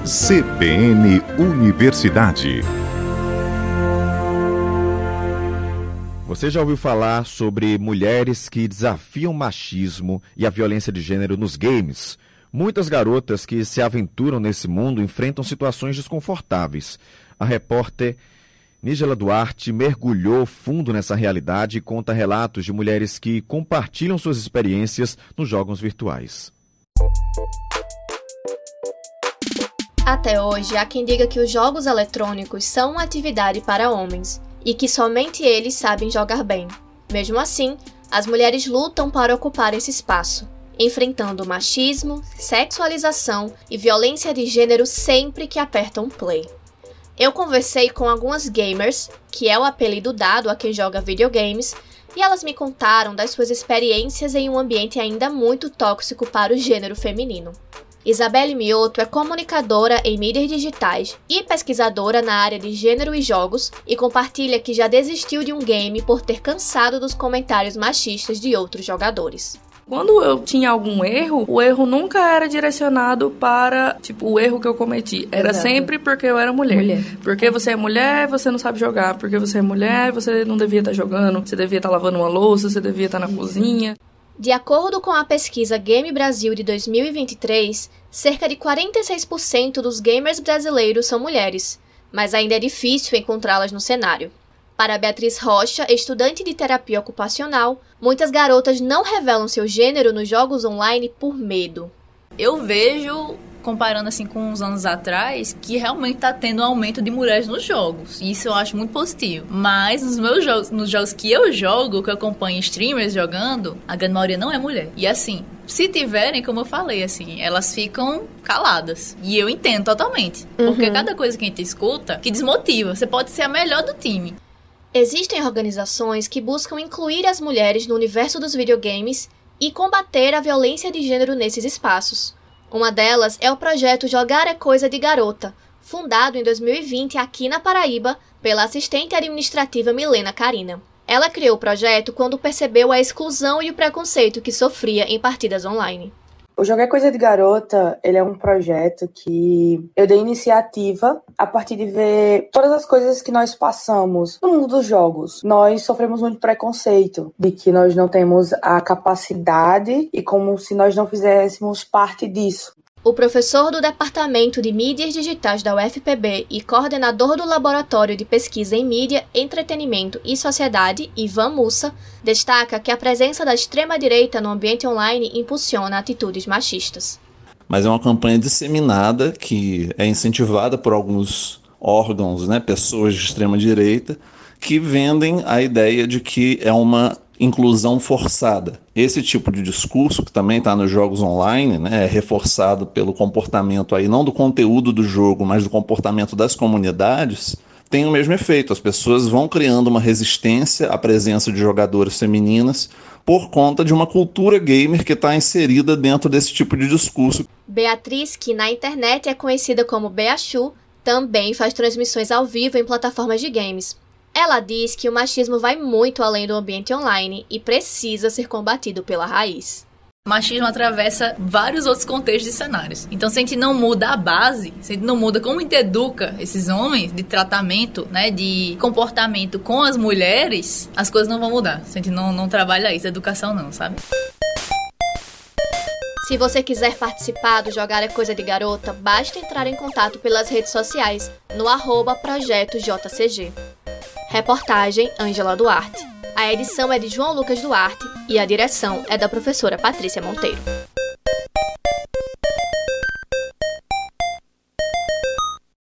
CBN Universidade. Você já ouviu falar sobre mulheres que desafiam o machismo e a violência de gênero nos games? Muitas garotas que se aventuram nesse mundo enfrentam situações desconfortáveis. A repórter Nígela Duarte mergulhou fundo nessa realidade e conta relatos de mulheres que compartilham suas experiências nos jogos virtuais. Até hoje, há quem diga que os jogos eletrônicos são uma atividade para homens e que somente eles sabem jogar bem. Mesmo assim, as mulheres lutam para ocupar esse espaço, enfrentando machismo, sexualização e violência de gênero sempre que apertam play. Eu conversei com algumas gamers, que é o apelido dado a quem joga videogames, e elas me contaram das suas experiências em um ambiente ainda muito tóxico para o gênero feminino. Isabelle Mioto é comunicadora em mídias digitais e pesquisadora na área de gênero e jogos e compartilha que já desistiu de um game por ter cansado dos comentários machistas de outros jogadores. Quando eu tinha algum erro, o erro nunca era direcionado para, o erro que eu cometi. Era sempre porque eu era mulher. Porque você é mulher, você não sabe jogar. Porque você é mulher, você não devia estar jogando. Você devia estar lavando uma louça, você devia estar na cozinha. De acordo com a pesquisa Game Brasil de 2023, cerca de 46% dos gamers brasileiros são mulheres, mas ainda é difícil encontrá-las no cenário. Para Beatriz Rocha, estudante de terapia ocupacional, muitas garotas não revelam seu gênero nos jogos online por medo. Eu vejo, comparando assim com uns anos atrás, que realmente está tendo um aumento de mulheres nos jogos. Isso eu acho muito positivo. Mas nos meus jogos, nos jogos que eu jogo, que eu acompanho streamers jogando, a grande maioria não é mulher. E assim, se tiverem, como eu falei, assim, elas ficam caladas. E eu entendo totalmente. Porque cada coisa que a gente escuta, que desmotiva. Você pode ser a melhor do time. Existem organizações que buscam incluir as mulheres no universo dos videogames e combater a violência de gênero nesses espaços. Uma delas é o projeto Jogar é Coisa de Garota, fundado em 2020 aqui na Paraíba pela assistente administrativa Milena Carina. Ela criou o projeto quando percebeu a exclusão e o preconceito que sofria em partidas online. O Jogar é Coisa de Garota, ele é um projeto que eu dei iniciativa a partir de ver todas as coisas que nós passamos no mundo dos jogos. Nós sofremos muito preconceito de que nós não temos a capacidade e como se nós não fizéssemos parte disso. O professor do Departamento de Mídias Digitais da UFPB e coordenador do Laboratório de Pesquisa em Mídia, Entretenimento e Sociedade, Ivan Mussa, destaca que a presença da extrema-direita no ambiente online impulsiona atitudes machistas. Mas é uma campanha disseminada que é incentivada por alguns órgãos, pessoas de extrema-direita, que vendem a ideia de que é uma inclusão forçada. Esse tipo de discurso, que também está nos jogos online, é reforçado pelo comportamento aí, não do conteúdo do jogo, mas do comportamento das comunidades, tem o mesmo efeito. As pessoas vão criando uma resistência à presença de jogadoras femininas por conta de uma cultura gamer que está inserida dentro desse tipo de discurso. Beatriz, que na internet é conhecida como Beachu, também faz transmissões ao vivo em plataformas de games. Ela diz que o machismo vai muito além do ambiente online e precisa ser combatido pela raiz. O machismo atravessa vários outros contextos e cenários. Então, se a gente não muda a base, se a gente não muda como a gente educa esses homens de tratamento, de comportamento com as mulheres, as coisas não vão mudar. Se a gente não trabalha isso, educação não, sabe? Se você quiser participar do Jogar é Coisa de Garota, basta entrar em contato pelas redes sociais no @ProjetoJCG. Reportagem Ângela Duarte. A edição é de João Lucas Duarte e a direção é da professora Patrícia Monteiro.